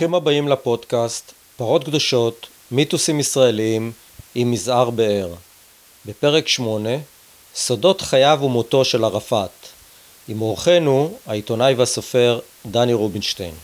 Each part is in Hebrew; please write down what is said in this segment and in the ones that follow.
ברוכים הבאים לפודקאסט פרות קדושות, מיתוסים ישראליים עם מזער באר. בפרק 8, סודות חייו ומותו של ערפאת. עם אורחנו, העיתונאי והסופר דני רובינשטיין.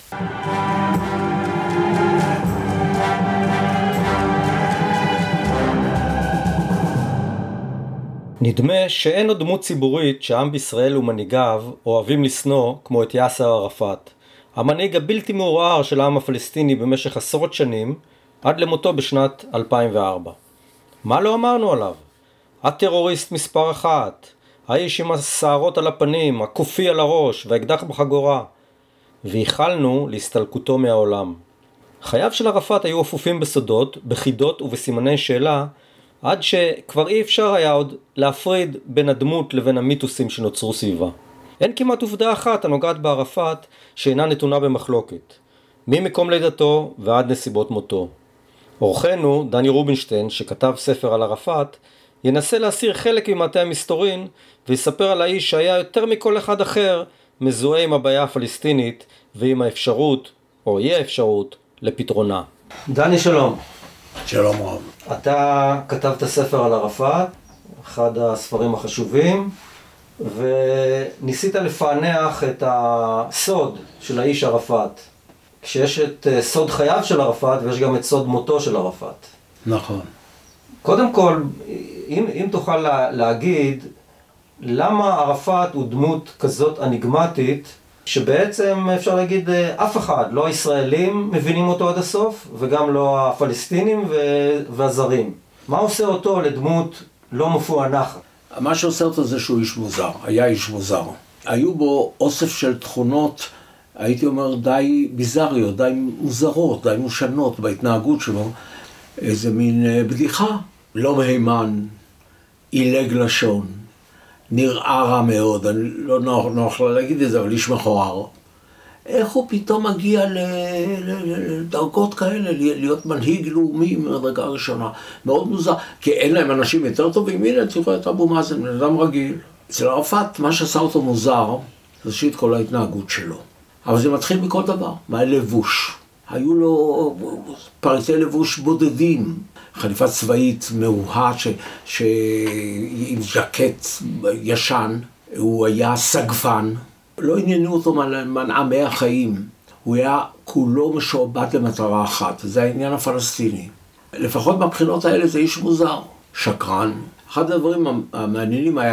נדמה שאין עוד דמות ציבורית שעם בישראל ומנהיגיו אוהבים לשנוא כמו את יאסר ערפאת. המנהיג הבלתי מעורער של העם הפלסטיני במשך עשרות שנים, עד למותו בשנת 2004. מה לא אמרנו עליו? הטרוריסט מספר 1, האיש עם השערות על הפנים, הקופי על הראש והאקדח בחגורה. וייחלנו להסתלקותו מהעולם. חייו של ערפאת היו אפופים בסודות, בחידות ובסימני שאלה, עד שכבר אי אפשר היה עוד להפריד בין הדמות לבין המיתוסים שנוצרו סביבה. אין כמעט עובדה אחת הנוגעת בערפאת שאינה נתונה במחלוקת, ממקום לידתו ועד נסיבות מותו. אורחנו, דני רובינשטיין, שכתב ספר על ערפאת, ינסה להסיר חלק ממעטה המסתורין ויספר על האיש שהיה יותר מכל אחד אחר מזוהה עם הבעיה הפלסטינית ועם האפשרות, או אי האפשרות, לפתרונה. דני, שלום. שלום רב. אתה כתבת ספר על ערפאת, אחד הספרים החשובים, וניסית לפענח את הסוד של האיש ערפאת. כשיש את סוד חייו של ערפאת ויש גם את סוד מותו של ערפאת. נכון. קודם כל, אם תוכל להגיד, למה ערפאת הוא דמות כזאת אניגמטית, שבעצם אפשר להגיד אף אחד, לא הישראלים מבינים אותו עד הסוף, וגם לא הפלסטינים והזרים. מה עושה אותו לדמות לא מפוענחת? מה שעושה אותו זה שהוא איש מוזר, היה איש מוזר. היו בו אוסף של תכונות, הייתי אומר די ביזריות, די מוזרות, די מושנות בהתנהגות שלו. איזה מין בדיחה, לא מהימן, עילג לשון, נראה רע מאוד, אני לא נוח לה להגיד את זה, אבל איש מכוער. איך הוא פתאום מגיע לדרגות כאלה, להיות מנהיג לאומי מהדרגה הראשונה? מאוד מוזר, כי אין להם אנשים יותר טובים. הנה, תראו את אבו מאזן, בן אדם רגיל. אצל ערפאת, מה שעשה אותו מוזר, זה ראשית כל ההתנהגות שלו. אבל זה מתחיל מכל דבר, מהלבוש. היו לו פריטי לבוש בודדים, חליפה צבאית מאוהת עם ז'קט ישן, הוא היה סגפן. לא עניינו אותו מנעמי החיים, הוא היה כולו משועבד למטרה אחת, וזה העניין הפלסטיני. לפחות מבחינות האלה זה איש מוזר, שקרן. אחד הדברים המעניינים היה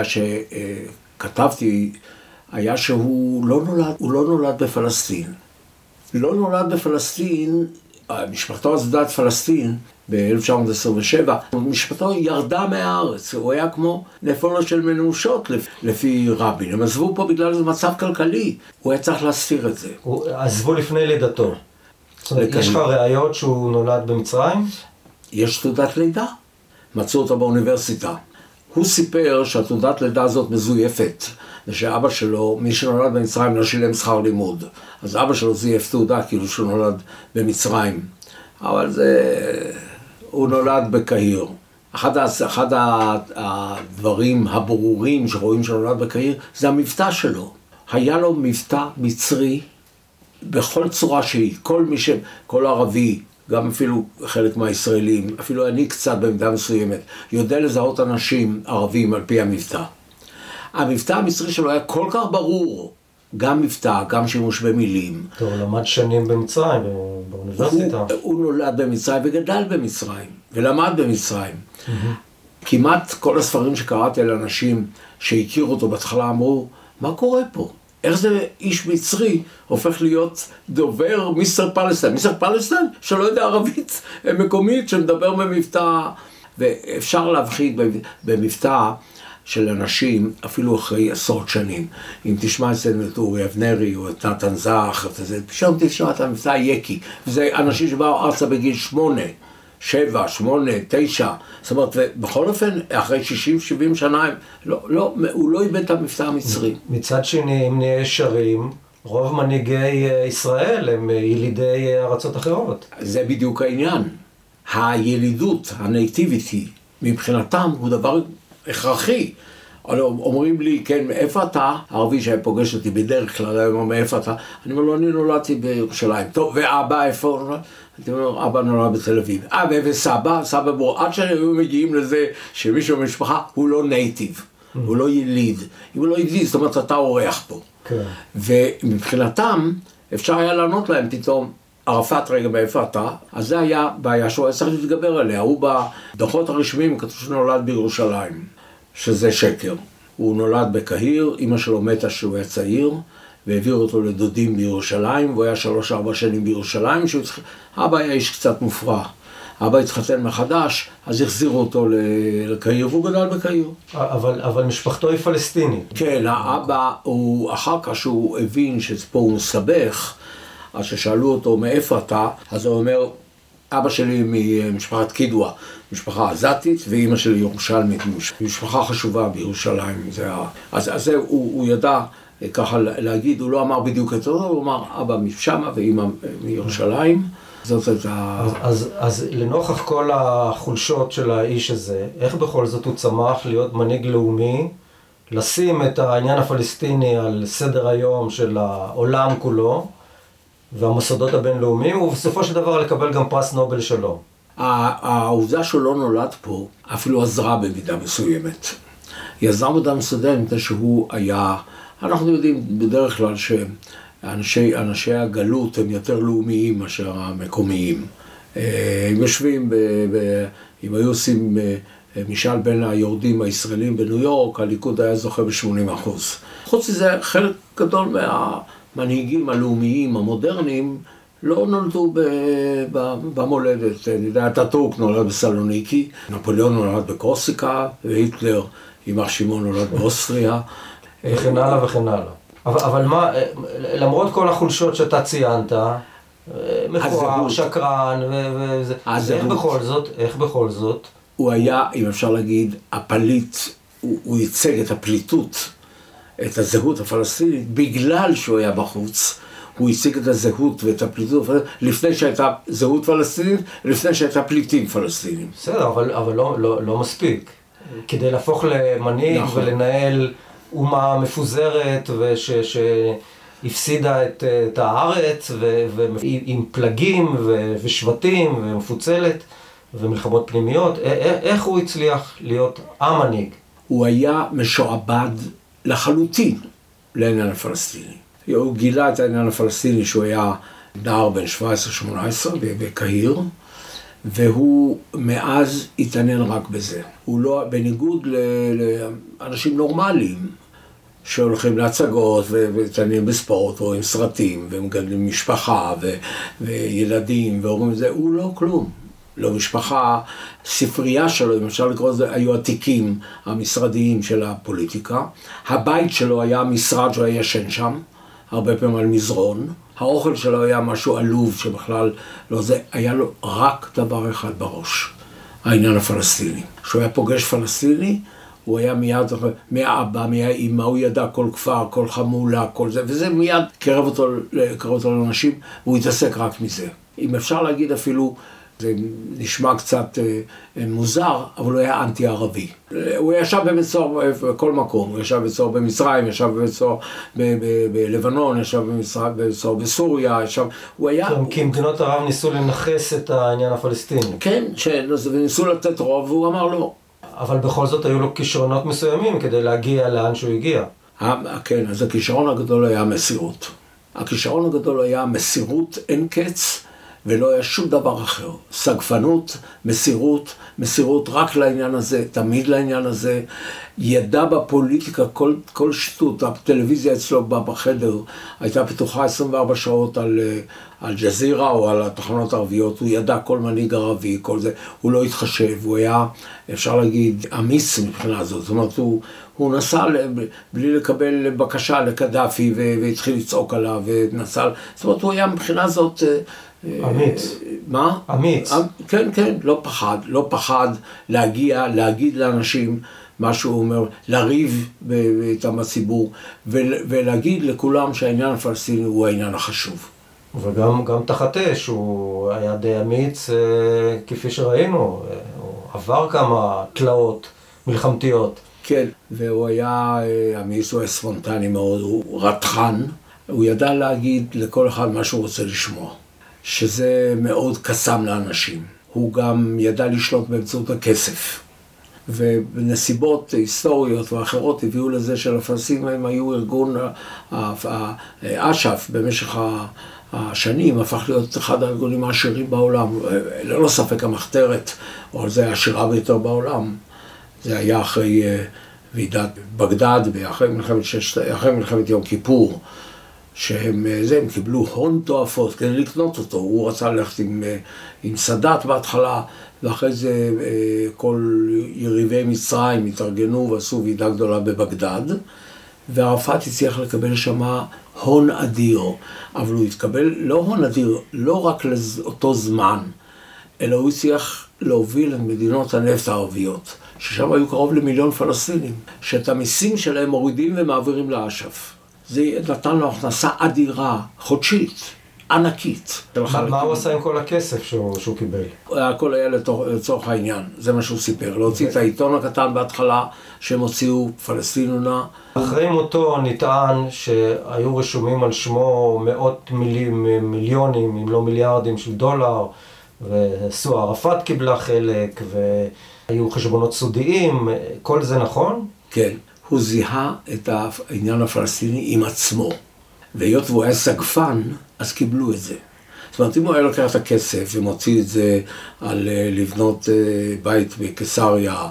שכתבתי, היה שהוא לא נולד בפלסטין. לא נולד בפלסטין, משפחתו עזבה את פלסטין ב-1927, משפחתו ירדה מהארץ, הוא היה כמו נפולו של מנושות לפי רבין. הם עזבו פה בגלל זה מצב כלכלי, הוא היה צריך להסתיר את זה. עזבו לפני לידתו. יש לך ראיות שהוא נולד במצרים? יש תעודת לידה, מצאו אותה באוניברסיטה. הוא סיפר שהתעודת לידה הזאת מזויפת, ושאבא שלו, מי שנולד במצרים לא שילם שכר לימוד. אז אבא שלו זייף תעודה כאילו שהוא נולד במצרים. אבל הוא נולד בקהיר. אחד הדברים הברורים שרואים שנולד בקהיר, זה המבטא שלו. היה לו מבטא מצרי בכל צורה שהיא. כל ערבי, גם אפילו חלק מהישראלים, אפילו אני קצת במידה מסוימת, יודע לזהות אנשים ערבים על פי המבטא. המבטא המצרי שלו היה כל כך ברור, גם מבטא, גם שימוש במילים. טוב, למד שנים במצרים, באוניברסיטה. הוא נולד במצרים וגדל במצרים, ולמד במצרים. כמעט כל הספרים שקראתי על אנשים שהכירו אותו בהתחלה אמרו, מה קורה פה? איך זה איש מצרי הופך להיות דובר מיסטר פלסטיין? מיסטר פלסטיין שלא יודע ערבית מקומית, שמדבר במבטא, ואפשר להבחין במבטא של אנשים אפילו אחרי עשרות שנים. אם תשמע את אורי אבנרי או את נתן זך, פשוט תשמע את המבטא יקי. וזה אנשים שבאו ארצה בגיל 8, 7, 8, 9. זאת אומרת, ובכל אופן, אחרי 60-70 שנה, הוא לא איבד את המבטא המצרי. מצד שני, אם נהיה ישרים, רוב מנהיגי ישראל הם ילידי ארצות אחרות. זה בדיוק העניין. הילידות, הנייטיביטי, מבחינתם הוא דבר הכרחי. אומרים לי, כן, מאיפה אתה? הערבי שהיה פוגש אותי בדרך כלל, היה אומר, מאיפה אתה? אני אומר לו, אני נולדתי בירושלים. טוב, ואבא איפה? אני אומר, אבא נולד בתל אביב. וסבא, סבא בו, עד שהיו מגיעים לזה שמישהו במשפחה הוא לא נייטיב, הוא לא יליד. אם הוא לא יליד, זאת אומרת, אתה אורח פה. כן. ומבחינתם, אפשר היה לענות להם פתאום, ערפאת רגע מאיפה אתה, אז זה היה בעיה שהוא היה צריך להתגבר עליה. הוא בדוחות הרשמיים כתוב שנולד בירושלים, שזה שקר. הוא נולד בקהיר, אמא שלו מתה שהוא היה צעיר, והעביר אותו לדודים בירושלים, והוא היה 3-4 שנים בירושלים, אבא היה איש קצת מופרע. אבא התחתן מחדש, אז החזירו אותו לקהיר, והוא גדל בקהיר. אבל משפחתו היא פלסטינית. כן, האבא, אחר כך שהוא הבין שפה הוא מסבך, אז ששאלו אותו מאיפה אתה, אז הוא אומר, אבא שלי ממשפחת קידווה, משפחה עזתית, ואימא שלי ירושלמית, משפחה חשובה בירושלים. אז הוא ידע ככה להגיד, הוא לא אמר בדיוק את זה, הוא אמר אבא משמה ואימא מירושלים. אז לנוכח כל החולשות של האיש הזה, איך בכל זאת הוא צמח להיות מנהיג לאומי, לשים את העניין הפלסטיני על סדר היום של העולם כולו, והמוסדות הבינלאומיים, ובסופו של דבר לקבל גם פרס נובל שלום? העובדה שהוא לא נולד פה, אפילו עזרה במידה מסוימת. היא עזרה במידה מסוימת, שהוא היה, אנחנו יודעים בדרך כלל שאנשי הגלות הם יותר לאומיים מאשר המקומיים. הם יושבים, אם היו עושים משאל בין היורדים הישראלים בניו יורק, הליכוד היה זוכה ב-80%. חוץ מזה, חלק גדול מהמנהיגים הלאומיים המודרניים לא נולדו במולדת. אני יודע, אטאטורק נולד בסלוניקי, נפוליאון נולד בקורסיקה, והיטלר, יימח שמו, נולד באוסטריה. וכן הלאה וכן הלאה. אבל מה, למרות כל החולשות שאתה ציינת, מכוער, שקרן, איך בכל זאת? הוא היה, אם אפשר להגיד, הפליט, הוא ייצג את הפליטות, את הזהות הפלסטינית, בגלל שהוא היה בחוץ. הוא הציג את הזהות ואת הפליטות, לפני שהייתה זהות פלסטינית, לפני שהייתה פליטים פלסטינים. בסדר, אבל לא מספיק. כדי להפוך למנהיג ולנהל אומה מפוזרת שהפסידה את הארץ ועם פלגים ושבטים ומפוצלת ומלחמות פנימיות, איך הוא הצליח להיות המנהיג? הוא היה משועבד לחלוטין לעניין הפלסטיני. הוא גילה את העניין הפלסטיני שהוא היה נער בן 17-18 בקהיר, והוא מאז התעניין רק בזה. הוא לא, בניגוד לאנשים נורמליים, שהולכים להצגות ומתעניינים בספורט, או עם סרטים, ומגדלים משפחה וילדים, ואומרים זה, הוא לא כלום. לא משפחה, ספרייה שלו, אם אפשר לקרוא לזה, היו עתיקים המשרדיים של הפוליטיקה. הבית שלו היה משרד שהוא היה ישן שם, הרבה פעמים על מזרון. האוכל שלו היה משהו עלוב שבכלל לא זה, היה לו רק דבר אחד בראש, העניין הפלסטיני. כשהוא היה פוגש פלסטיני, הוא היה מיד, מהאבא, מהאמא, הוא ידע כל כפר, כל חמולה, כל זה, וזה מיד קרב אותו לאנשים, והוא התעסק רק מזה. אם אפשר להגיד אפילו, זה נשמע קצת מוזר, אבל הוא היה אנטי-ערבי. הוא ישב בבית סוהר בכל מקום, הוא ישב בבית סוהר במצרים, ישב בבית סוהר בלבנון, ישב בבית סוהר בסוריה, הוא היה... כי מדינות ערב ניסו לנחס את העניין הפלסטיני. כן, וניסו לתת רוב, והוא אמר לא. אבל בכל זאת היו לו כישרונות מסוימים כדי להגיע לאן שהוא הגיע. כן, אז הכישרון הגדול היה מסירות. הכישרון הגדול היה מסירות אין קץ, ולא היה שום דבר אחר. סגפנות, מסירות רק לעניין הזה, תמיד לעניין הזה. ידע בפוליטיקה כל שטות, הטלוויזיה אצלו בחדר הייתה פתוחה 24 שעות על ג'זירה או על התחנות הערביות, הוא ידע כל מנהיג ערבי, כל זה, הוא לא התחשב, הוא היה, אפשר להגיד, אמיץ מבחינה הזאת. זאת אומרת, הוא נסע בלי לקבל בקשה לקדאפי והתחיל לצעוק עליו ונסע, זאת אומרת, הוא היה מבחינה הזאת... אמיץ. מה? אמיץ. כן, לא פחד להגיד לאנשים מה שהוא אומר, לריב איתם הציבור, ולהגיד לכולם שהעניין הפלסטיני הוא העניין החשוב. וגם תחת אש, הוא היה די אמיץ, כפי שראינו, הוא עבר כמה תלאות מלחמתיות. כן, והוא היה, המיס הוא ספונטני מאוד, הוא רתחן, הוא ידע להגיד לכל אחד מה שהוא רוצה לשמוע, שזה מאוד קסם לאנשים. הוא גם ידע לשלוט באמצעות הכסף. ובנסיבות היסטוריות ואחרות הביאו לזה שלפלסטינים הם היו ארגון אש"ף במשך השנים, הפך להיות אחד הארגונים העשירים בעולם. ללא ספק המחתרת, או זה העשירה ביותר בעולם. זה היה אחרי ועידת בגדד ואחרי מלחמת יום כיפור, שהם קיבלו הון תועפות כדי לקנות אותו. הוא רצה ללכת עם סאדאת בהתחלה, ואחרי זה כל יריבי מצרים התארגנו ועשו ועידה גדולה בבגדד, וערפאת הצליח לקבל שם הון אדיר, אבל הוא התקבל לא הון אדיר, לא רק לאותו זמן, אלא הוא הצליח להוביל את מדינות הנפט הערביות, ששם היו קרוב ל1,000,000 פלסטינים, שאת המיסים שלהם מורידים ומעבירים לאש"ף. זה נתן לו הכנסה אדירה, חודשית, ענקית. מה הוא עשה עם כל הכסף שהוא קיבל? הכל היה לצורך העניין, זה מה שהוא סיפר. להוציא את העיתון הקטן בהתחלה, שהם הוציאו פלסטינונה. אחרי מותו נטען שהיו רשומים על שמו מאות מיליונים, אם לא מיליארדים של דולר, ועשו ערפאת קיבלה חלק, והיו חשבונות סודיים, כל זה נכון? כן. הוא זיהה את העניין הפלסטיני עם עצמו. והיות והוא היה סגפן, אז קיבלו את זה. זאת אומרת, אם הוא היה לוקח את הכסף ומוציא את זה על לבנות בית בקיסריה,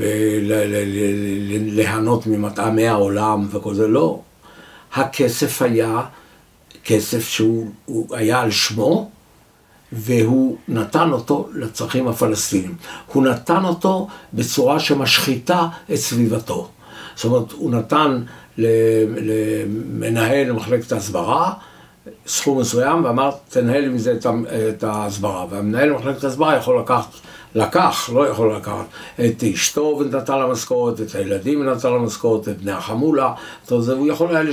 וליהנות ממטעמי העולם וכל זה, לא. הכסף היה כסף שהוא היה על שמו, והוא נתן אותו לצרכים הפלסטינים. הוא נתן אותו בצורה שמשחיתה את סביבתו. זאת אומרת, הוא נתן למנהל מחלקת ההסברה סכום מסוים, ואמר, תנהל עם זה את ההסברה. והמנהל מחלקת ההסברה יכול לא יכול לקחת את אשתו ונתן לה משכורת, את הילדים ונתן לה משכורת, את בני החמולה, והוא יכול היה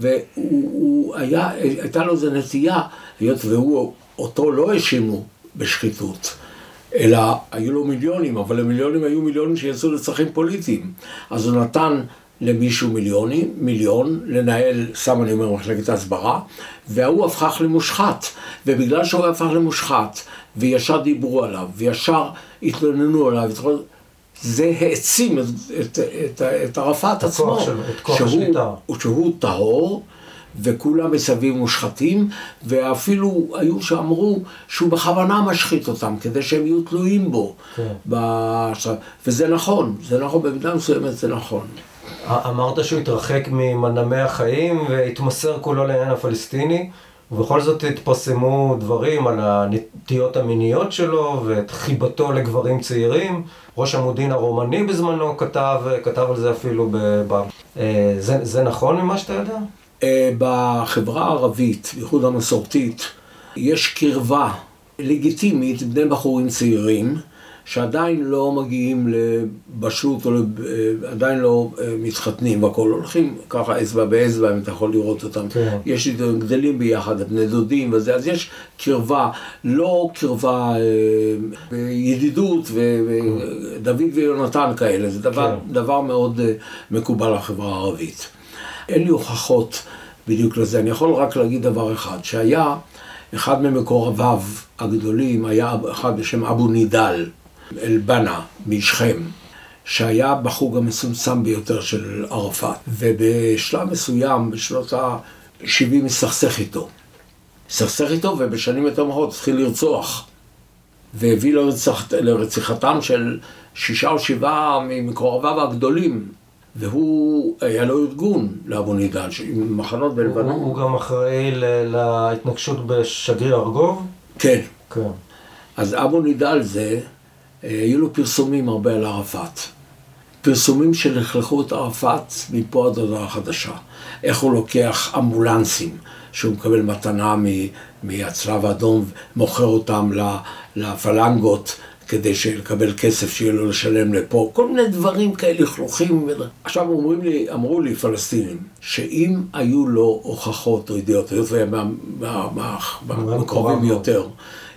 הייתה לו איזו נטייה, היות אותו לא האשימו בשחיתות, אלא היו לו מיליונים, אבל המיליונים היו מיליונים שיצאו לצרכים פוליטיים. אז הוא נתן למישהו מיליון, לנהל, סתם אני אומר, מחלקת ההסברה, והוא הפך למושחת. ובגלל שהוא הפך למושחת, וישר דיברו עליו, וישר התלוננו עליו, זה העצים את ערפאת עצמו, שהוא טהור, וכולם מסביב מושחתים, ואפילו היו שאמרו שהוא בכוונה משחית אותם, כדי שהם יהיו תלויים בו. וזה נכון, במידה מסוימת זה נכון. אמרת שהוא התרחק ממנעמי החיים והתמסר כולו לעניין הפלסטיני, ובכל זאת התפרסמו דברים על הנטיות המיניות שלו ואת חיבתו לגברים צעירים. ראש המודיעין הרומני בזמנו כתב על זה אפילו זה נכון ממה שאתה יודע? בחברה הערבית, בייחוד המסורתית, יש קרבה לגיטימית בני בחורים צעירים שעדיין לא מגיעים לבשלות או עדיין לא מתחתנים והכל, הולכים ככה אצבע באצבע אם אתה יכול לראות אותם. כן. יש גדלים ביחד, בני דודים וזה, אז יש קרבה, לא קרבה ידידות ודוד ויונתן כאלה, זה דבר מאוד מקובל לחברה הערבית. אין לי הוכחות בדיוק לזה, אני יכול רק להגיד דבר אחד, שהיה אחד ממקורביו הגדולים, היה אחד בשם אבו נידל, אל-בנה משכם, שהיה בחוג המצומצם ביותר של ערפאת, ובשלב מסוים, בשנות ה-70 הסתכסך איתו, ובשנים יותר מאוחרות התחיל לרצוח, והביא לרציחתם של 6 או 7 ממקורביו הגדולים, והוא היה לו ארגון לאבו נידל, עם מחנות בלבנון. הוא גם אחראי להתנגשות בשגריר ארגוב? כן. אז אבו נידל זה, היו לו פרסומים הרבה על ערפאת. פרסומים שלכלכו את ערפאת מפה עד הודעה חדשה. איך הוא לוקח אמבולנסים, שהוא מקבל מתנה מהצלב האדום, מוכר אותם לפלנגות, כדי לקבל כסף שיהיה לו לשלם לפה, כל מיני דברים כאלה לכלוכים. עכשיו אמרו לי פלסטינים, שאם היו לו הוכחות או ידיעות, היות והיה מהקרובים יותר,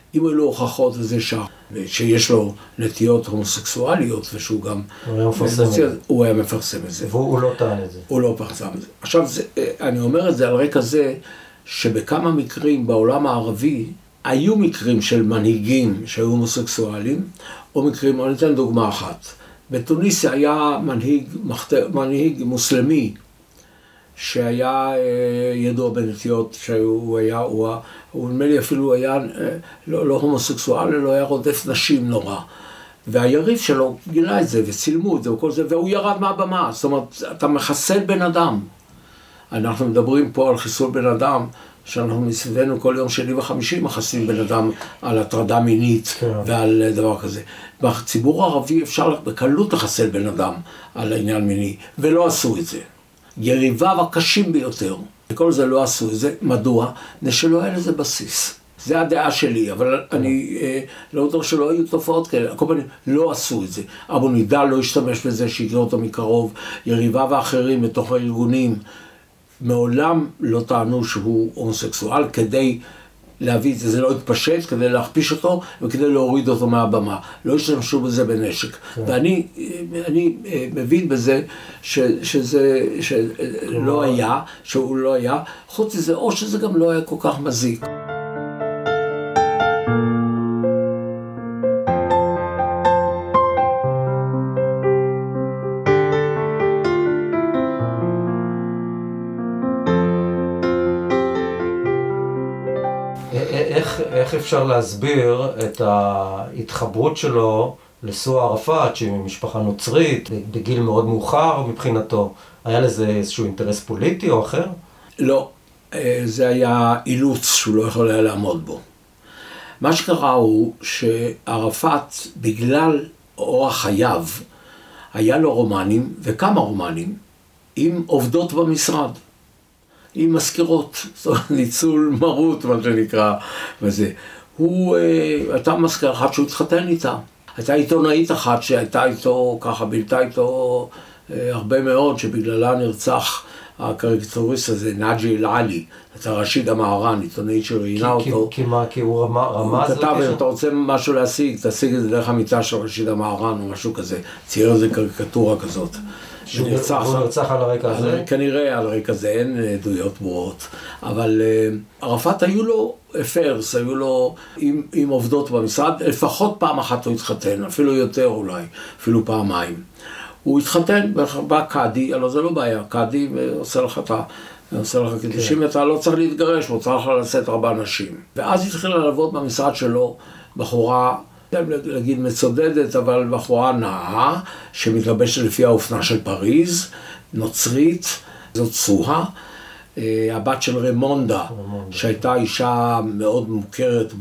אם היו לו הוכחות וזה שיש לו נטיות הומוסקסואליות, ושהוא גם... הוא היה מפרסם את זה. והוא לא טען את זה. הוא לא פרסם את זה. עכשיו, אני אומר את זה על רקע זה, שבכמה מקרים בעולם הערבי, היו מקרים של מנהיגים שהיו הומוסקסואלים, או מקרים, אני אתן דוגמה אחת. בתוניסיה היה מנהיג מוסלמי, שהיה ידוע בנטיות, הוא נדמה לי אפילו היה לא הומוסקסואל, אלא היה רודף נשים נורא. והיריב שלו גילה את זה, וצילמו את זה וכל זה, והוא ירד מהבמה. זאת אומרת, אתה מחסל בן אדם. אנחנו מדברים פה על חיסול בן אדם, שאנחנו מסביבנו כל יום שני וחמישי מחסלים בן אדם על הטרדה מינית ועל דבר כזה. בציבור הערבי אפשר בקלות לחסל בן אדם על העניין מיני, ולא עשו את זה. יריביו הקשים ביותר, וכל זה לא עשו את זה. מדוע? שלא היה לזה בסיס. זה הדעה שלי, אבל אני לא יודע שלא היו תופעות כאלה. כל פעמים לא עשו את זה. אבו נידאל לא השתמש בזה, שהכיר אותו מקרוב. יריביו האחרים בתוך הארגונים מעולם לא טענו שהוא הומוסקסואל, כדי להביא את זה, זה לא התפשט, כדי להכפיש אותו וכדי להוריד אותו מהבמה. לא השתמשו בזה בנשק. ואני מבין בזה שזה לא היה, שהוא לא היה, חוץ מזה, או שזה גם לא היה כל כך מזיק. איך אפשר להסביר את ההתחברות שלו לסוע ערפאת, שהיא ממשפחה נוצרית, בגיל מאוד מאוחר מבחינתו? היה לזה איזשהו אינטרס פוליטי או אחר? לא, זה היה אילוץ שהוא לא יכול היה לעמוד בו. מה שקרה הוא שערפאת, בגלל אורח חייו, היה לו רומנים, וכמה רומנים, עם עובדות במשרד. עם מזכירות, זאת אומרת, ניצול מרות, מה שנקרא, וזה. הייתה מזכירה אחת שהוא התחתן איתה. הייתה עיתונאית אחת שהייתה איתו, ככה בילתה איתו הרבה מאוד, שבגללה נרצח הקריקטוריסט הזה, נאג'י אל-עלי, הייתה רשיד המהרן, עיתונאית שראיינה אותו. כי מה? כי הוא רמז? הוא כתב, אם אתה רוצה משהו להשיג, תשיג את זה דרך המיטה של רשיד המהרן או משהו כזה. צייר איזה קריקטורה כזאת. שהוא נרצח על הרקע הזה? כנראה על הרקע הזה, אין עדויות ברורות. אבל ערפאת היו לו אפרס, היו לו עם עובדות במשרד, לפחות פעם אחת הוא התחתן, אפילו יותר אולי, אפילו פעמיים. הוא התחתן, בא קאדי, אבל זה לא בעיה, קאדי עושה לך קידושים, אתה לא צריך להתגרש, הוא צריך לשאת 4 נשים. ואז התחילה לעבוד במשרד שלו בחורה, להגיד מצודדת, אבל בחורה נאה, שמתלבשת לפי האופנה של פריז, נוצרית, זאת סוהה, הבת של רמונדה, שהייתה אישה מאוד מוכרת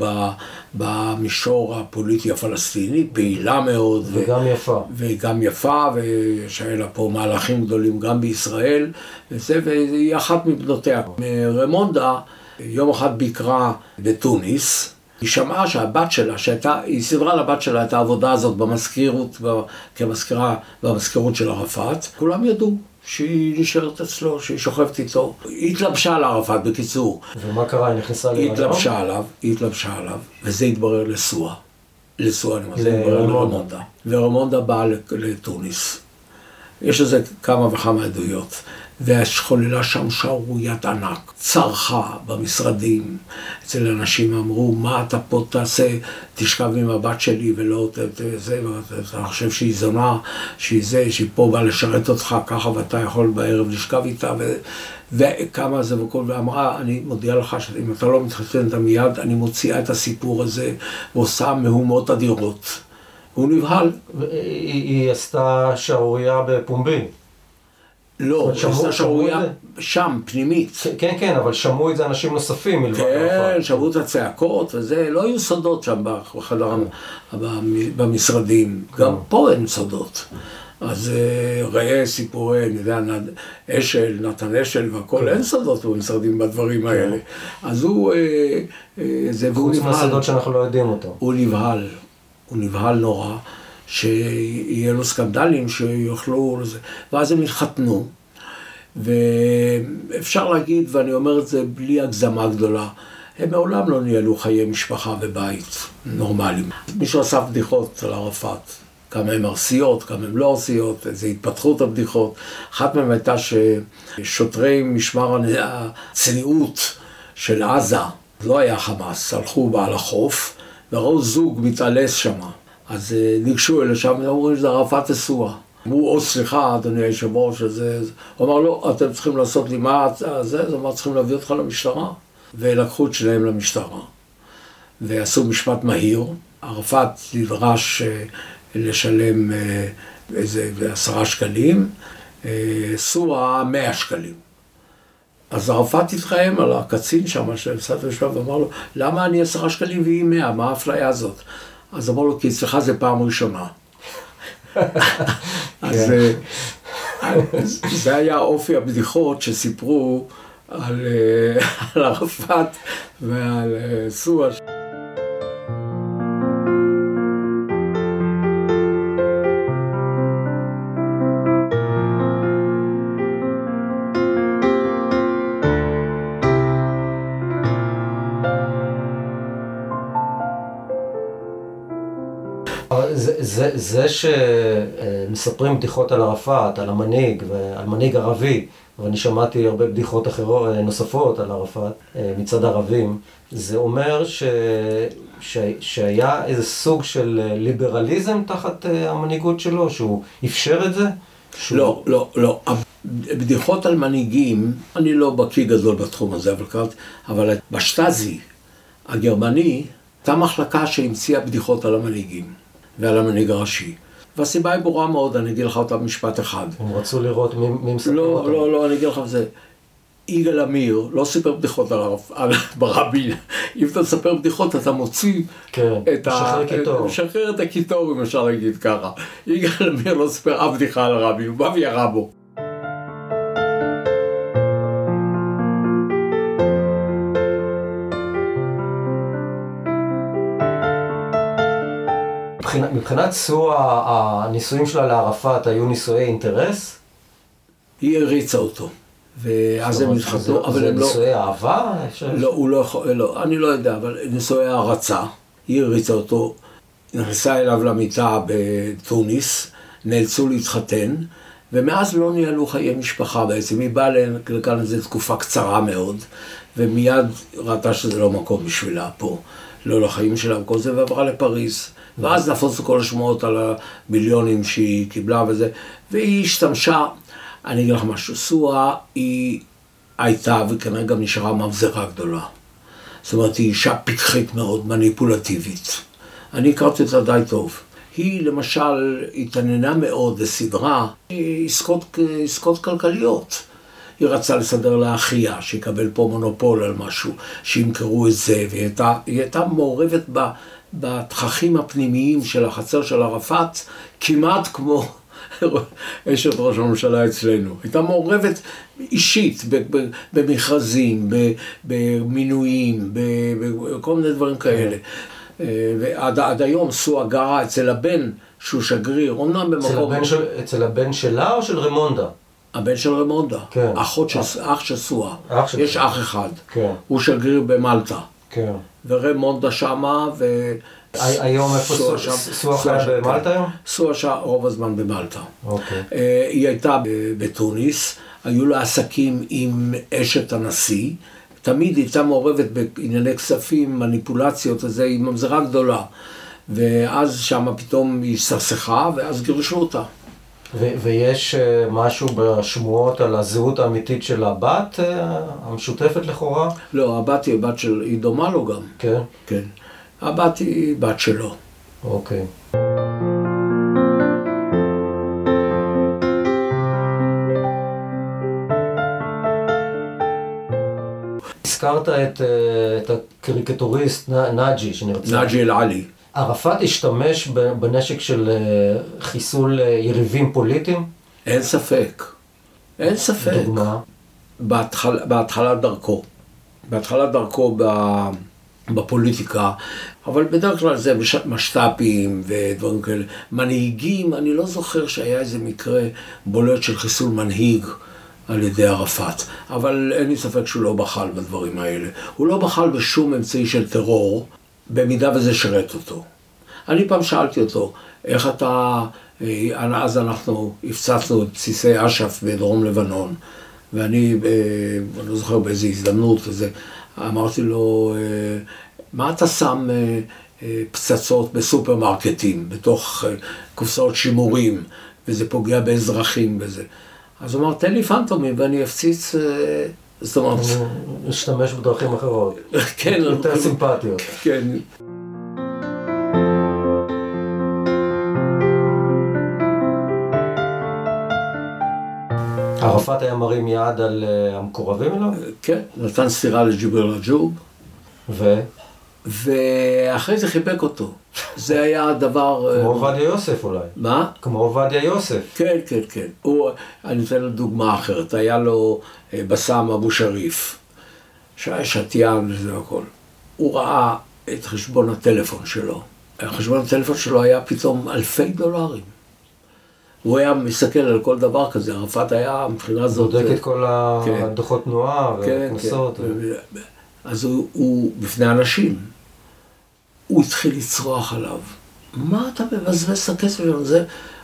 במישור הפוליטי הפלסטיני, פעילה מאוד. וגם יפה, ושהיה לה פה מהלכים גדולים גם בישראל, והיא אחת מבנותיה. רמונדה יום אחד ביקרה בתוניס, היא שמעה שהבת שלה, היא סידרה לבת שלה את העבודה הזאת כמזכירה במזכירות של ערפאת. כולם ידעו שהיא נשארת אצלו, שהיא שוכבת איתו. היא התלבשה על ערפאת בקיצור. ומה קרה? היא נכנסה להיריון? היא התלבשה עליו, וזה התברר לסוע, אני התברר לרמונדה. ורמונדה באה לתוניס. יש לזה כמה וכמה עדויות. והשחוללה שם שערוריית ענק, צרחה במשרדים, אצל אנשים אמרו, מה אתה פה תעשה, תשכב עם הבת שלי ולא זה, אתה חושב שהיא זונה, שהיא פה באה לשרת אותך ככה ואתה יכול בערב לשכב איתה, וכמה זה וכל, ואמרה, אני מודיע לך שאם אתה לא מתחתן את מיד, אני מוציאה את הסיפור הזה ועושה מהומות אדירות. הוא נבהל. היא עשתה שערוריה בפומבי. לא, עשתה שערוריה שם, פנימית. כן, כן, אבל שמעו את זה אנשים נוספים. כן, שמעו את הצעקות וזה, לא היו סודות שם בחדר, במשרדים. גם פה אין סודות. אז ראה סיפורי, אני יודע, אשל, נתן אשל והכל, אין סודות במשרדים בדברים האלה. אז הוא, חוץ מהסודות שאנחנו לא יודעים אותו. הוא נבהל נורא. שיהיה לו סקנדלים שיוכלו לזה, ואז הם התחתנו, ואפשר להגיד, ואני אומר את זה בלי הגזמה גדולה, הם מעולם לא ניהלו חיי משפחה ובית נורמליים. מישהו עשה בדיחות על ערפאת, כמה הם ארסיות, כמה הם לא ארסיות, איזו התפתחות הבדיחות. אחת מהן הייתה ששוטרי משמר הצניעות של עזה, לא היה חמאס, הלכו על החוף, וראו זוג מתעלס שם. אז ניגשו אלה שם, ואומרים שזה ערפאת אסורה. אמרו, סליחה, אדוני היושב ראש, הוא אמר, לא, אתם צריכים לעשות לי מה זה, אז אמר, צריכים להביא אותך למשטרה. ולקחו את שלהם למשטרה. ועשו משפט מהיר. ערפאת נדרש לשלם איזה 10 שקלים, סורה 100 שקלים. אז ערפאת התחיים על הקצין שם, שעשה המשפט, ואמר לו, למה אני 10 שקלים והיא 100? מה האפליה הזאת? אז אמר לו, כי אצלך זה פעם ראשונה. אז זה היה אופי הבדיחות שסיפרו על ערפאת ועל סורה. זה שמספרים בדיחות על ערפאת, על המנהיג ועל מנהיג ערבי, ואני שמעתי הרבה בדיחות אחרות נוספות על ערפאת מצד ערבים, זה אומר שהיה איזה סוג של ליברליזם תחת המנהיגות שלו, שהוא אפשר את זה? לא, לא, לא. בדיחות על מנהיגים, אני לא בקיא גדול בתחום הזה, אבל בשטאזי הגרמני, הייתה מחלקה שהמציאה בדיחות על המנהיגים ועל המנהיג הראשי. והסיבה היא ברורה מאוד, אני אגיד לך אותה במשפט אחד. הם רצו לראות מי מספר אותם. לא, אני אגיד לך את זה. יגאל עמיר לא סיפר בדיחות על ברבין. אם אתה מספר בדיחות, אתה מוציא משחרר את הקיטור, אם אפשר להגיד ככה. יגאל עמיר לא סיפר אף בדיחה על הרבי, הוא בא וירה בו. מבחינת סורה, הניסויים שלה לערפאת היו ניסויי אינטרס? היא הריצה אותו, ואז הם התחתנו, אבל הם לא... זה ניסויי אהבה? לא, אני לא יודע, אבל ניסויי הערצה. היא הריצה אותו, נכנסה אליו למיטה בתוניס, נאלצו להתחתן, ומאז לא ניהלו חיי משפחה בעצם. היא באה לכאן איזו תקופה קצרה מאוד, ומיד ראתה שזה לא מקום בשבילה פה, לא לחיים שלה וכל זה, ועברה לפריז. ואז נפוצו כל השמועות על המיליונים שהיא קיבלה וזה, והיא השתמשה, אני אגיד לך משהו, סורה היא הייתה וכנראה גם נשארה מבזרה גדולה. זאת אומרת, היא אישה פיקחית מאוד, מניפולטיבית. אני הכרתי אותה די טוב. היא למשל התעניינה מאוד לסדרה עסקות כלכליות. היא רצה לסדר לאחיה, שיקבל פה מונופול על משהו, שימכרו את זה, והיא הייתה מעורבת בתככים הפנימיים של החצר של ערפאת, כמעט כמו אשת ראש הממשלה אצלנו. הייתה מעורבת אישית במכרזים, במינויים, בכל מיני דברים כאלה. ועד היום סורה גרה אצל הבן שהוא שגריר, אומנם במקום... אצל הבן שלה או של רמונדה? הבן של רמונדה, כן. אח של סורה. יש אח אחד. כן. הוא שגריר במלטה. כן. ורמונדה שמה היום איפה סורה חיה במלטה היום? סורה שעה רוב הזמן במלטה. אוקיי. היא הייתה בתוניס, היו לה עסקים עם אשת הנשיא, תמיד היא הייתה מעורבת בענייני כספים, מניפולציות, וזה היא ממזרה גדולה. ואז שמה פתאום היא סכסכה, ואז גירשו אותה. ויש משהו בשמועות על הזהות האמיתית של הבת המשותפת לכאורה? לא, הבת היא בת של... היא דומה לו גם. כן? כן. הבת היא בת שלו. אוקיי. הזכרת את הקריקטוריסט נאג'י שנרצח. נאג'י אל-עלי. ערפאת השתמש בנשק של חיסול יריבים פוליטיים? אין ספק. אין ספק. דוגמה? בהתחלת דרכו בפוליטיקה, אבל בדרך כלל זה משת"פים ודברים כאלה. מנהיגים, אני לא זוכר שהיה איזה מקרה בולט של חיסול מנהיג. על ידי ערפאת. אבל אין לי ספק שהוא לא בחל בדברים האלה. הוא לא בחל בשום אמצעי של טרור, במידה וזה שרת אותו. אני פעם שאלתי אותו, איך אתה, אז אנחנו הפצצנו את בסיסי אש"ף בדרום לבנון, ואני לא זוכר באיזו הזדמנות, אמרתי לו, מה אתה שם פצצות בסופרמרקטים, בתוך קופסאות שימורים, וזה פוגע באזרחים וזה. אז הוא אמר, תן לי פנטומים ואני אפציץ, זאת אומרת... להשתמש בדרכים אחרות. כן. יותר סימפטיות. כן. ערפאת היה מרים יד על המקורבים אליו? כן, נתן סטירה לג'יבריל רג'וב. ואחרי זה חיבק אותו. זה היה דבר... כמו עובדיה יוסף אולי. מה? כמו עובדיה יוסף. כן, כן, כן. אני אתן לו דוגמה אחרת. היה לו בסם אבו שריף, שהיה שתיין וזה הכל. הוא ראה את חשבון הטלפון שלו. חשבון הטלפון שלו היה פתאום $1,000. הוא היה מסתכל על כל דבר כזה. ערפאת היה מבחינה זאת... בודק את כל הדוחות תנועה וכנסות. אז הוא בפני אנשים. הוא התחיל לצרוח עליו. מה אתה מבזבז את הכסף שלנו? זה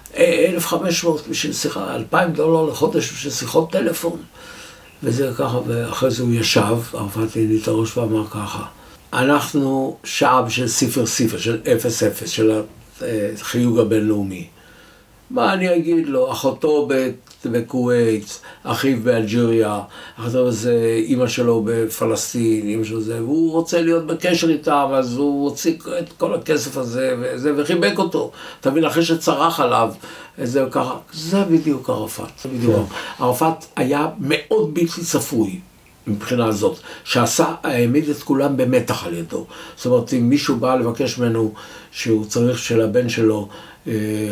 1,500 בשביל שיחה, $2,000 לחודש בשביל שיחות טלפון. וזה ככה, ואחרי זה הוא ישב, ערפאת הניד את הראש ואמר ככה, אנחנו שעה בשביל ספר, של 0-0, של החיוג הבינלאומי. מה אני אגיד לו? אחותו בכווית, אחיו באלג'יריה, אחותו זה אמא שלו בפלסטין, אמא שלו זה, והוא רוצה להיות בקשר איתם, אז הוא הוציא את כל הכסף הזה וחיבק אותו. תבין, אחרי שצרח עליו, זה ככה, זה בדיוק ערפאת. ערפאת היה מאוד בלתי צפוי מבחינה הזאת, העמיד את כולם במתח על ידו. זאת אומרת, אם מישהו בא לבקש ממנו שהוא צריך של הבן שלו $5,000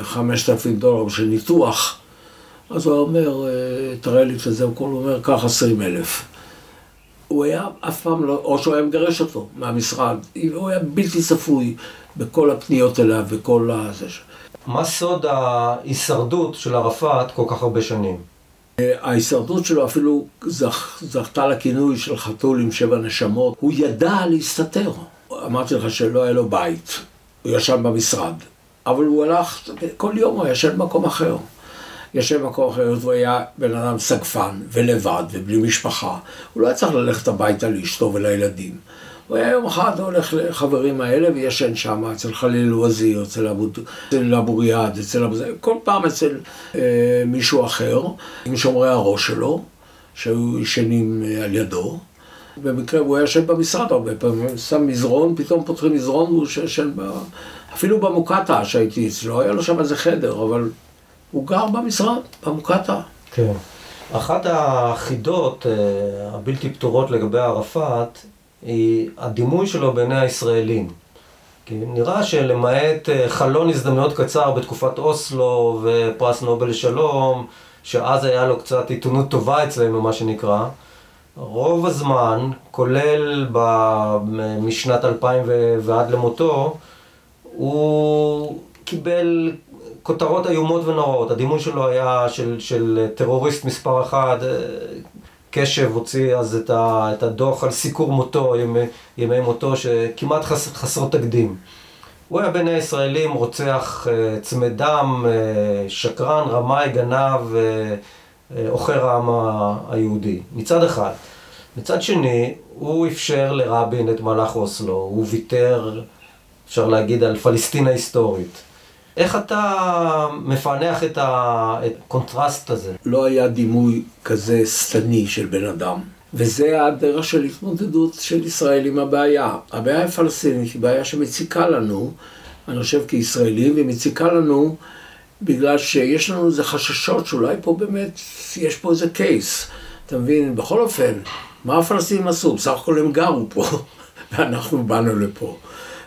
של ניתוח, אז הוא אומר, תראה לי את זה, הוא אומר, קח 20,000. הוא היה אף פעם לא, או שהוא היה מגרש אותו מהמשרד, הוא היה בלתי צפוי בכל הפניות אליו וכל הזה. מה סוד ההישרדות של ערפאת כל כך הרבה שנים? ההישרדות שלו אפילו זכתה לכינוי של חתול עם 7 נשמות. הוא ידע להסתתר. אמרתי לך שלא היה לו בית, הוא ישן במשרד. אבל הוא הלך, כל יום הוא ישן במקום אחר. ישן במקום אחר, הוא היה בן אדם סגפן ולבד ובלי משפחה. הוא לא היה צריך ללכת הביתה לאשתו ולילדים. הוא היה יום אחד הולך לחברים האלה וישן שם, אצל חליל וזיר, אצל אבו ריאד, כל פעם אצל מישהו אחר, עם שומרי הראש שלו, שהיו ישנים על ידו. במקרה הוא היה ישן במשרד הרבה פעמים, שם מזרון, פתאום פותחים מזרון והוא ישן אפילו במוקטה שהייתי אצלו, היה לו שם איזה חדר, אבל הוא גר במשרד, במוקטה. כן. אחת החידות הבלתי פתורות לגבי ערפאת, היא הדימוי שלו בעיני הישראלים. כי נראה שלמעט חלון הזדמנויות קצר בתקופת אוסלו ופרס נובל לשלום, שאז היה לו קצת עיתונות טובה אצלנו, מה שנקרא, רוב הזמן, כולל משנת 2000 ועד למותו, הוא קיבל כותרות איומות ונוראות. הדימוי שלו היה של טרוריסט מספר 1, קשב הוציא אז את הדוח על סיקור מותו, ימי מותו, שכמעט חסרות תקדים. הוא היה בין הישראלים רוצח צמא דם, שקרן, רמאי, גנב, אוכר העם היהודי, מצד אחד. מצד שני, הוא אפשר לרבין את מהלך אוסלו, הוא ויתר, אפשר להגיד, על פלסטין ההיסטורית. איך אתה מפענח את הקונטרסט הזה? לא היה דימוי כזה סתני של בן אדם. וזה הדרך של התמודדות של ישראל עם הבעיה. הבעיה הפלסטינית היא בעיה שמציקה לנו, אני חושב כישראלים, ומציקה לנו בגלל שיש לנו איזה חששות שאולי פה באמת יש פה איזה קייס. אתה מבין, בכל אופן, מה הפלסטינים עשו? בסך הכל הם גרו פה, ואנחנו באנו לפה.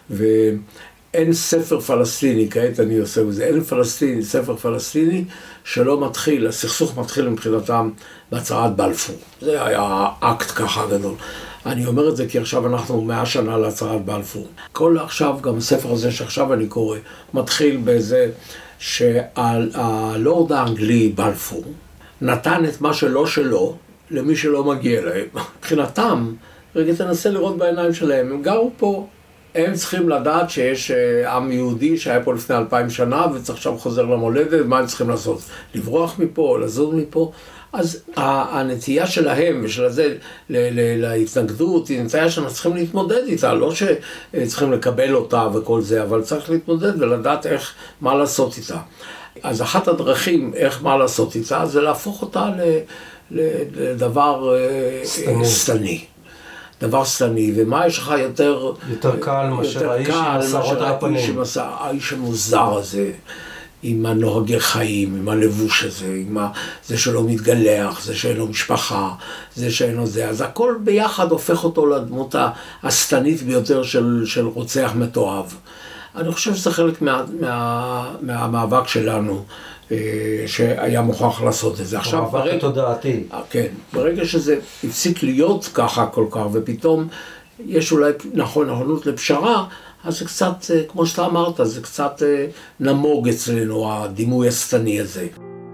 אין ספר פלסטיני, כעת אני עושה בזה, אין ספר פלסטיני שלא מתחיל, הסכסוך מתחיל מבחינתם בהצהרת בלפור. זה היה אקט ככה גדול. אני אומר את זה כי עכשיו אנחנו 100 שנה להצהרת בלפור. כל עכשיו, גם הספר הזה שעכשיו אני קורא, מתחיל בזה שהלורד האנגלי בלפור נתן את מה שלא שלו למי שלא מגיע להם. מבחינתם, רגע תנסה לראות בעיניים שלהם, הם גרו פה, הם צריכים לדעת שיש עם יהודי שהיה פה לפני 2000 שנה וצריך עכשיו חוזר למולדת, מה הם צריכים לעשות? לברוח מפה, לזוז מפה? אז הנטייה שלהם ושל זה להתנגדות היא נטייה שאנחנו צריכים להתמודד איתה, לא שצריכים לקבל אותה וכל זה, אבל צריך להתמודד ולדעת איך, מה לעשות איתה. אז אחת הדרכים איך מה לעשות איתה זה להפוך אותה לדבר סתני. דבר סתני, ומה יש לך יותר קל מאשר האיש עם מסעות על הפנים. האיש המוזר הזה, עם הנוהגי חיים, עם הלבוש הזה, עם זה שלא מתגלח, זה שאין לו משפחה, זה שאין לו זה. אז הכל ביחד הופך אותו לדמות הסתנית ביותר של רוצח מתועב. אני חושב שזה חלק מהמאבק שלנו, שהיה מוכרח לעשות את זה. עכשיו, מאבק תודעתי. כן, ברגע שזה הפסיק להיות ככה כל כך, ופתאום יש אולי נכונות לפשרה, אז זה קצת, כמו שאתה אמרת, זה קצת נמוג אצלנו, הדימוי הסתני הזה.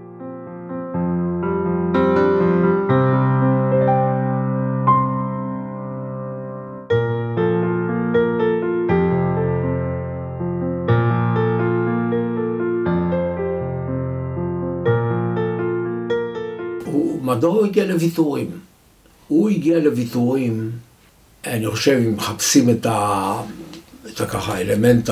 מדוע הוא הגיע לוויתורים? הוא הגיע לוויתורים, אני חושב, אם מחפשים את ככה האלמנט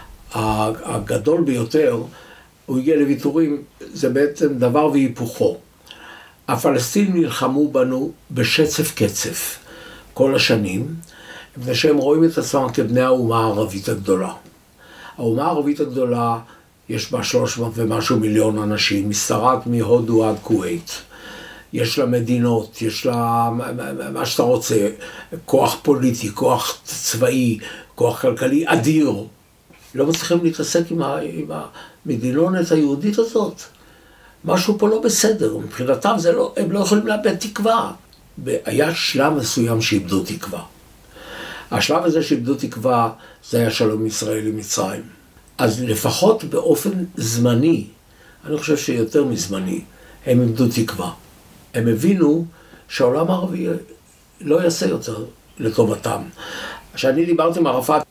הגדול ביותר, הוא הגיע לוויתורים, זה בעצם דבר והיפוכו. הפלסטינים נלחמו בנו בשצף קצף כל השנים, ושהם רואים את עצמם כבני האומה הערבית הגדולה. האומה הערבית הגדולה, יש בה 300 ומשהו מיליון אנשים, משתרעת מהודו עד כווית. יש לה מדינות, יש לה מה שאתה רוצה, כוח פוליטי, כוח צבאי, כוח כלכלי אדיר. לא מצליחים להתעסק עם המדינות היהודית הזאת. משהו פה לא בסדר, מבחינתם הם לא יכולים לאבד תקווה. היה שלב מסוים שאיבדו תקווה. השלב הזה שאיבדו תקווה, זה היה שלום ישראל עם מצרים. אז לפחות באופן זמני, אני חושב שיותר מזמני, הם איבדו תקווה. הם הבינו שהעולם הערבי לא יעשה יותר לטובתם. כשאני דיברתי עם ערפאת,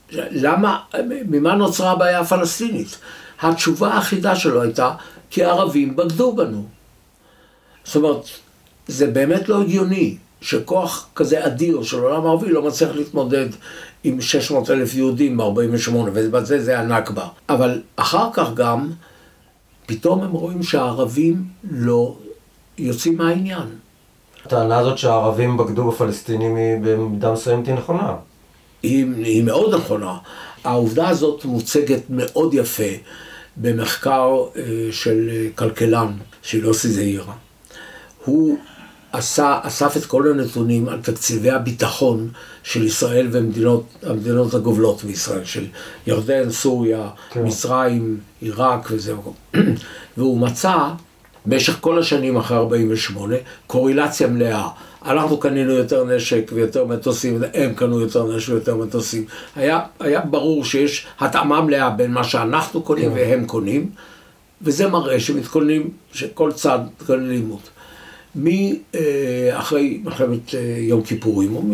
ממה נוצרה הבעיה הפלסטינית? התשובה האחידה שלו הייתה, כי הערבים בגדו בנו. זאת אומרת, זה באמת לא הגיוני שכוח כזה אדיר של העולם הערבי לא מצליח להתמודד עם 600,000 יהודים ב-48, ובזה זה הנכבה. אבל אחר כך גם, פתאום הם רואים שהערבים לא יוצאים מהעניין. הטענה הזאת שהערבים בגדו בפלסטינים היא במידה מסוימת היא נכונה. היא מאוד נכונה. העובדה הזאת מוצגת מאוד יפה במחקר של כלכלן, של יוסי זעירא. הוא אסף את כל הנתונים על תקציבי הביטחון של ישראל והמדינות הגובלות מישראל, של ירדן, סוריה, כן. מצרים, עיראק וזהו. והוא מצא במשך כל השנים אחרי 48, קורילציה מלאה. אנחנו קנינו יותר נשק ויותר מטוסים, הם קנו יותר נשק ויותר מטוסים. היה ברור שיש התאמה מלאה בין מה שאנחנו קונים והם קונים, וזה מראה שמתכוננים, שכל צד מתכונן לימוד. אחרי מלחמת יום כיפורים, או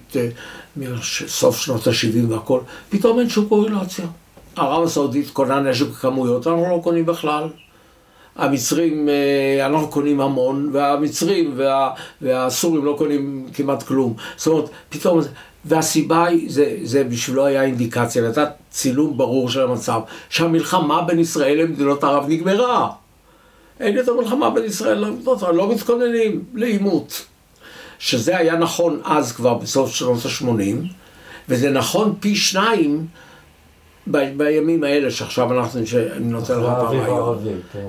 מסוף שנות ה-70 והכל, פתאום אין שום קורילציה. ערב הסעודית קונה נשק כמויות, אנחנו לא קונים בכלל. המצרים, אנחנו קונים המון, והמצרים והסורים לא קונים כמעט כלום. זאת אומרת, פתאום, והסיבה היא, זה בשבילו היה אינדיקציה, והייתה צילום ברור של המצב, שהמלחמה בין ישראל למדינות ערב נגמרה. אין יותר מלחמה בין ישראל למדינות ערב, לא מתכוננים לעימות. שזה היה נכון אז כבר בסוף שנות ה-80, וזה נכון פי 2, בימים האלה שעכשיו אני נותן לך פעם היום.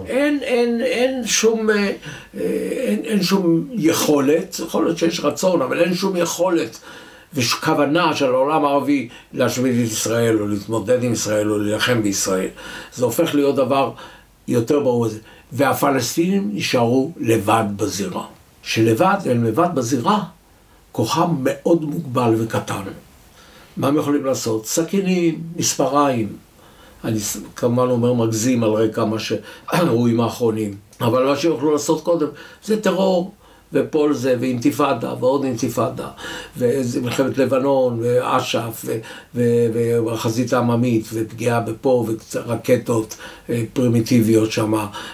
אין שום יכולת, יכול להיות שיש רצון, אבל אין שום יכולת וכוונה של העולם הערבי להשמיד את ישראל, או להתמודד עם ישראל, או להילחם בישראל. זה הופך להיות דבר יותר ברור. והפלסטינים נשארו לבד בזירה. הם לבד בזירה, כוחם מאוד מוגבל וקטן. מה הם יכולים לעשות? סכינים, מספריים. אני כמובן אומר מגזים על רקע מה שהאירועים האחרונים. אבל מה שיוכלו לעשות קודם זה טרור, ופול זה, ואינתיפאדה, ועוד אינתיפאדה, ומלחמת לבנון, ואש"ף, והחזית העממית, ופגיעה בפה, ורקטות פרימיטיביות שם,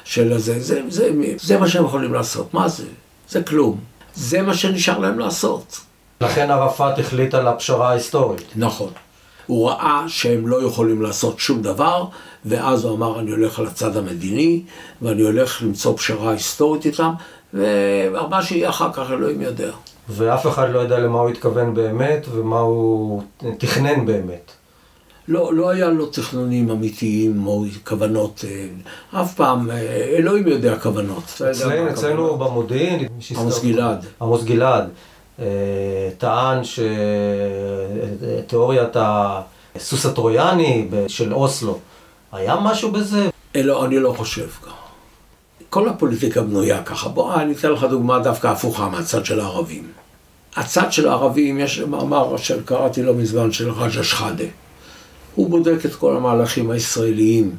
זה מה שהם יכולים לעשות. מה זה? זה כלום. זה מה שנשאר להם לעשות. לכן ערפאת החליט על הפשרה ההיסטורית. נכון. הוא ראה שהם לא יכולים לעשות שום דבר, ואז הוא אמר, אני הולך על הצד המדיני, ואני הולך למצוא פשרה היסטורית איתם, ומה שיהיה אחר כך אלוהים יודע. ואף אחד לא יודע למה הוא התכוון באמת, ומה הוא תכנן באמת. לא היה לו תכנונים אמיתיים או כוונות, אף פעם, אלוהים יודע כוונות. אצלנו במודיעין, עמוס גלעד, טען שתיאוריית הסוס הטרויאני של אוסלו, היה משהו בזה? אני לא חושב ככה. כל הפוליטיקה בנויה ככה. בוא, אני אתן לך דוגמה דווקא הפוכה מהצד של הערבים. הצד של הערבים, יש מאמר שקראתי לא מזמן של רג'ה שחאדה. הוא בודק את כל המהלכים הישראליים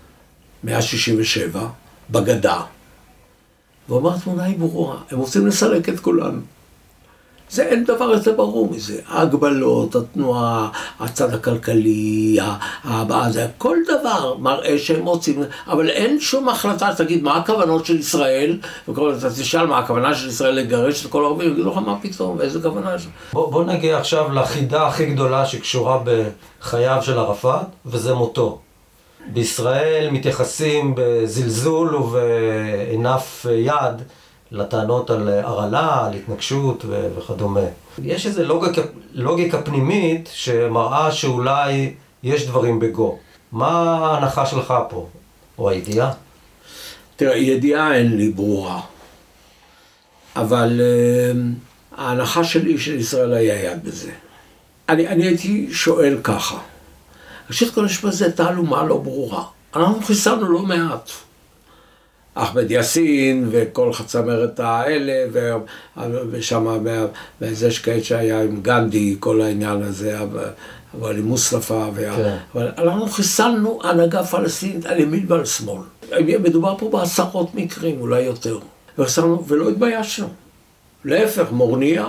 167 בגדה. ואומר, התמונה היא ברורה, הם רוצים לסלק את כולנו. אין דבר יותר ברור מזה. ההגבלות, התנועה, הצד הכלכלי, כל דבר מראה שהם רוצים, אבל אין שום החלטה שתגיד מה הכוונות של ישראל, אתה תשאל מה הכוונה של ישראל לגרש את כל הערבים, יגידו לך מה פתאום, ואיזה כוונה זה. בוא נגיע עכשיו לחידה הכי גדולה שקשורה בחייו של ערפאת, וזה מותו. בישראל מתייחסים בזלזול ובעינף יד, לטענות על הרעלה, על התנגשות וכדומה. יש איזו לוגיקה פנימית שמראה שאולי יש דברים בגו. מה ההנחה שלך פה? או הידיעה? תראה, ידיעה אין לי ברורה. אבל ההנחה שלי של ישראל היה יד בזה. אני הייתי שואל ככה. ראשית כל יש בזה תעלומה לא ברורה. אנחנו חיסרנו לא מעט. אחמד יאסין וכל חצמרת האלה, ושם וזה שקט שהיה עם גנדי, כל העניין הזה, אבל עם מוסטפא, אבל אנחנו חיסלנו הנהגה פלסטינית על ימין ועל שמאל. מדובר פה בעשרות מקרים, אולי יותר. ולא התביישנו. להפך, מורניה,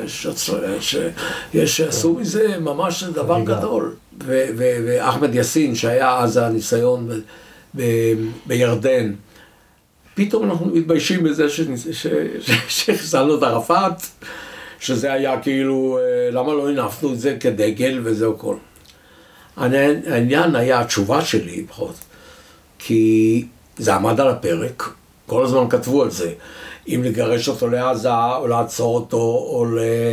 שעשו מזה ממש דבר גדול. ואחמד יאסין, שהיה אז הניסיון בירדן, פתאום אנחנו מתביישים בזה שחיסלנו את ערפאת, שזה היה כאילו, למה לא הנפנו את זה כדגל וזה הכל. העניין היה התשובה שלי, פחות, כי זה עמד על הפרק, כל הזמן כתבו על זה, אם לגרש אותו לעזה או לעצור אותו, או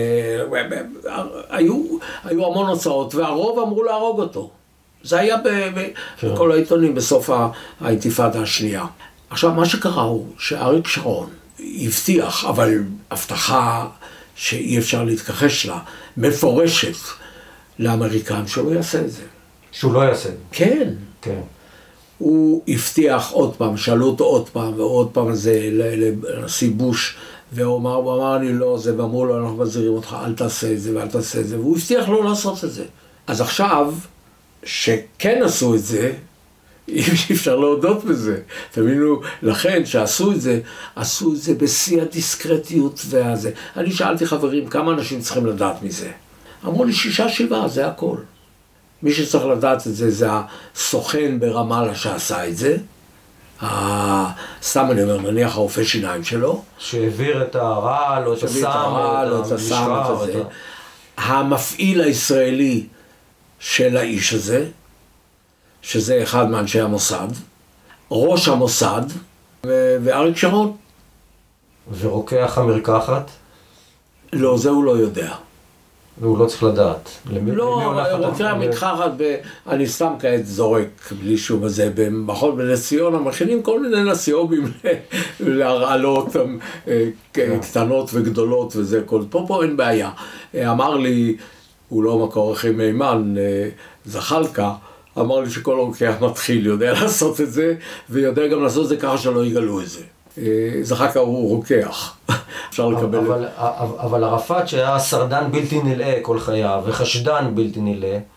היו המון הוצאות, והרוב אמרו להרוג אותו. זה היה בכל העיתונים בסוף האינתיפאדה השנייה. עכשיו, מה שקרה הוא שאריק שרון הבטיח, אבל הבטחה שאי אפשר להתכחש לה, מפורשת לאמריקאים שהוא יעשה את זה. שהוא לא יעשה את זה? כן. כן. הוא הבטיח עוד פעם, שאלו אותו עוד פעם ועוד פעם זה לנשיא בוש, והוא אמר אני לא זה, ואמרו לו אנחנו מזהירים אותך, אל תעשה את זה ואל תעשה את זה, והוא הבטיח לא לעשות את זה. אז עכשיו, שכן עשו את זה, אי אפשר להודות בזה. תבינו, לכן שעשו את זה, עשו את זה בשיא הדיסקרטיות והזה. אני שאלתי חברים, כמה אנשים צריכים לדעת מזה? אמרו לי 6-7, זה הכל. מי שצריך לדעת את זה, זה הסוכן ברמאללה שעשה את זה. סתם אני אומר, נניח הרופא שיניים שלו. שהעביר את הרעל או את הסם או את המשחה. המפעיל הישראלי של האיש הזה, שזה אחד מאנשי המוסד, ראש המוסד, ואריק שרון. ורוקח המרקחת? לא, זה הוא לא יודע. והוא לא צריך לדעת. לא, רוקח המרקחת, אני סתם כעת זורק בלי שום הזה, במכון בנס ציונה מכינים כל מיני נסיובים להרעלות קטנות וגדולות וזה כל. פה אין בעיה. אמר לי, הוא לא מקור הכי מימן, זחלקה, אמר לי שכל רוקח מתחיל יודע לעשות את זה, ויודע גם לעשות את זה ככה שלא יגלו את זה. זחלקה הוא רוקח, אפשר לקבל... אבל ערפאת שהיה שרדן בלתי נלאה כל חייו, וחשדן בלתי נלאה,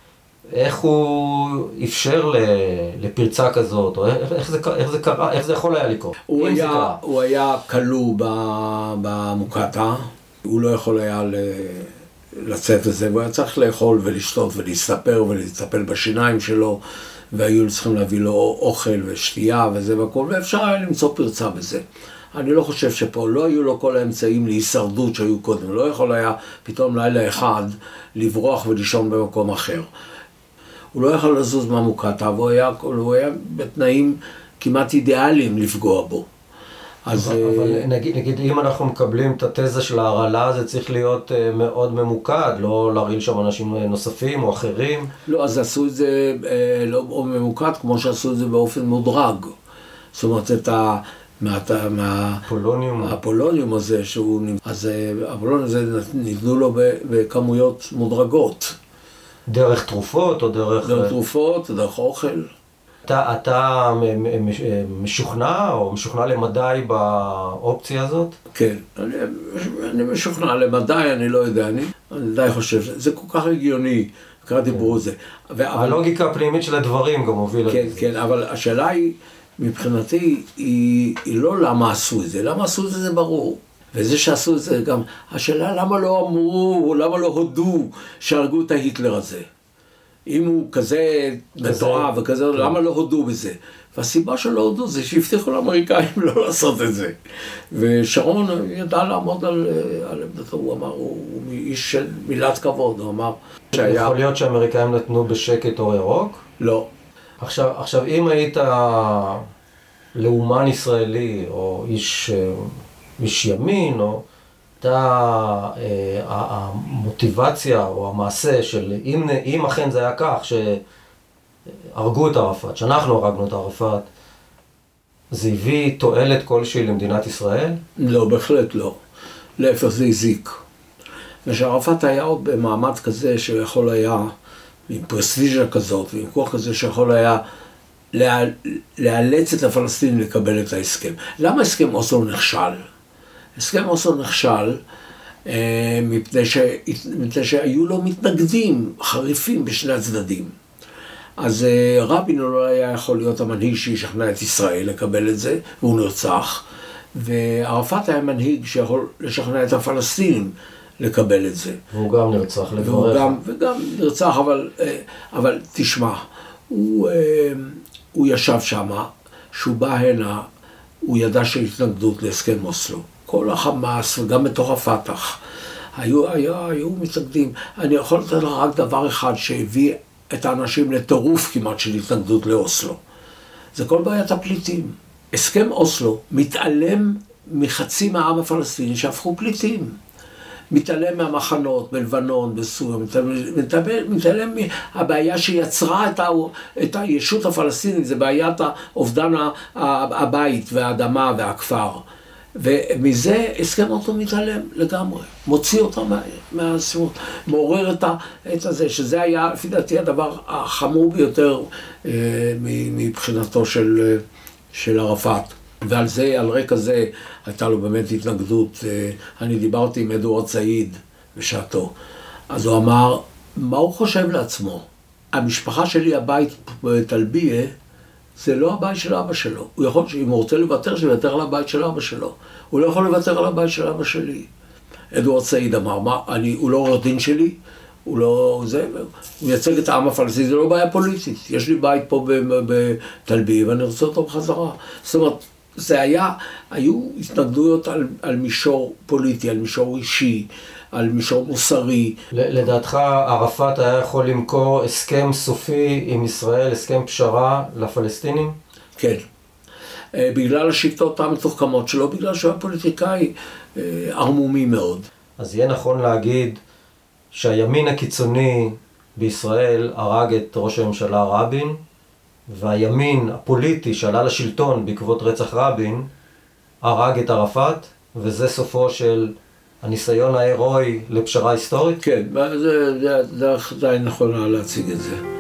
איך הוא אפשר לפרצה כזאת, או איך זה קרה, איך זה יכול היה לקרות? הוא היה כלוא במוקטעה, הוא לא יכול היה לצאת לזה, והוא היה צריך לאכול ולשתות ולהסתפר ולטפל בשיניים שלו, והיו צריכים להביא לו אוכל ושתייה וזה והכל, ואפשר היה למצוא פרצה בזה. אני לא חושב שפה לא היו לו כל האמצעים להישרדות שהיו קודם, לא יכול היה פתאום לילה אחד לברוח ולישון במקום אחר. הוא לא יכול לזוז מהמוקטעה, והוא היה בתנאים כמעט אידיאליים לפגוע בו. אבל נגיד, אם אנחנו מקבלים את התזה של ההרעלה, זה צריך להיות מאוד ממוקד, לא להרעיל שם אנשים נוספים או אחרים. לא, אז עשו את זה לא ממוקד, כמו שעשו את זה באופן מודרג. זאת אומרת, הפולוניום הזה, אז הפולוניום הזה ניתנו לו בכמויות מודרגות. דרך תרופות או דרך... דרך תרופות, דרך אוכל. אתה משוכנע או משוכנע למדי באופציה הזאת? כן, אני משוכנע למדי, אני לא יודע, אני די חושב, זה כל כך הגיוני, ככה דיברו את זה. הלוגיקה הפנימית של הדברים גם הובילה. כן, כן, אבל השאלה היא, מבחינתי, היא לא למה עשו את זה, למה עשו את זה ברור. וזה שעשו את זה גם, השאלה למה לא אמרו, או למה לא הודו שהרגו את ההיטלר הזה. אם הוא כזה מתועב וכזה, למה לא הודו בזה? והסיבה שלא הודו זה שהבטיחו לאמריקאים לא לעשות את זה. ושרון ידע לעמוד על עמדתו, הוא אמר, הוא איש של מילת כבוד, הוא אמר. יכול להיות שהאמריקאים נתנו בשקט אור ירוק? לא. עכשיו, אם היית לאומן ישראלי, או איש ימין, או המוטיבציה או המעשה של אם אכן זה היה כך שהרגו את ערפאת, שאנחנו הרגנו את ערפאת, זה הביא תועלת כלשהי למדינת ישראל? לא, בהחלט לא. להפך זה הזיק. ושערפאת היה עוד במעמד כזה שיכול היה, עם פרסטיז'ה כזאת, ועם כוח כזה שיכול היה לאלץ את הפלסטינים לקבל את ההסכם. למה הסכם אוסלו נכשל? הסכם אוסלו נכשל מפני שהיו לו מתנגדים חריפים בשני הצדדים. אז רבין לא היה יכול להיות המנהיג שישכנע את ישראל לקבל את זה, והוא נרצח. וערפאת היה מנהיג שיכול לשכנע את הפלסטינים לקבל את זה. והוא גם נרצח לברך. וגם נרצח, אבל תשמע, הוא ישב שם, שהוא בא הנה, הוא ידע שהתנגדות להסכם אוסלו. כל החמאס וגם בתוך הפתח היו מתנגדים. אני יכול לתת לך רק דבר אחד שהביא את האנשים לטירוף כמעט של התנגדות לאוסלו. זה כל בעיית הפליטים. הסכם אוסלו מתעלם מחצי מהעם הפלסטיני שהפכו פליטים. מתעלם מהמחנות בלבנון, בסוריה, מתעלם מהבעיה שיצרה את הישות הפלסטינית, זה בעיית אובדן הבית והאדמה והכפר. ומזה הסכם אותו מתעלם לגמרי, מוציא אותה מהסיבות, מעורר את הזה, שזה היה, לפי דעתי, הדבר החמור ביותר מבחינתו של ערפאת. ועל זה, על רקע זה, הייתה לו באמת התנגדות. אני דיברתי עם אדוארד סעיד בשעתו. אז הוא אמר, מה הוא חושב לעצמו? המשפחה שלי, הבית בטלביה, זה לא הבית של אבא שלו. הוא יכול, אם הוא רוצה לוותר, שיוותר על הבית של אבא שלו. הוא לא יכול לוותר על הבית של אבא שלי. אדוארד סעיד אמר, הוא לא עורך דין שלי, הוא לא, הוא מייצג את העם הפלסטיני, זה לא בעיה פוליטית. יש לי בית פה בטלביה ואני רוצה אותו בחזרה. זאת אומרת, היו התנגדויות על מישור פוליטי, על מישור אישי, על מישור מוסרי. לדעתך ערפאת היה יכול למכור הסכם סופי עם ישראל, הסכם פשרה לפלסטינים? כן. בגלל השיטות המתוחכמות שלו, בגלל שהוא היה פוליטיקאי ערמומי מאוד. אז יהיה נכון להגיד שהימין הקיצוני בישראל הרג את ראש הממשלה רבין, והימין הפוליטי שעלה לשלטון בעקבות רצח רבין הרג את ערפאת, וזה סופו של הניסיון ההירואי לפשרה היסטורית? כן, זה די נכון להציג את זה.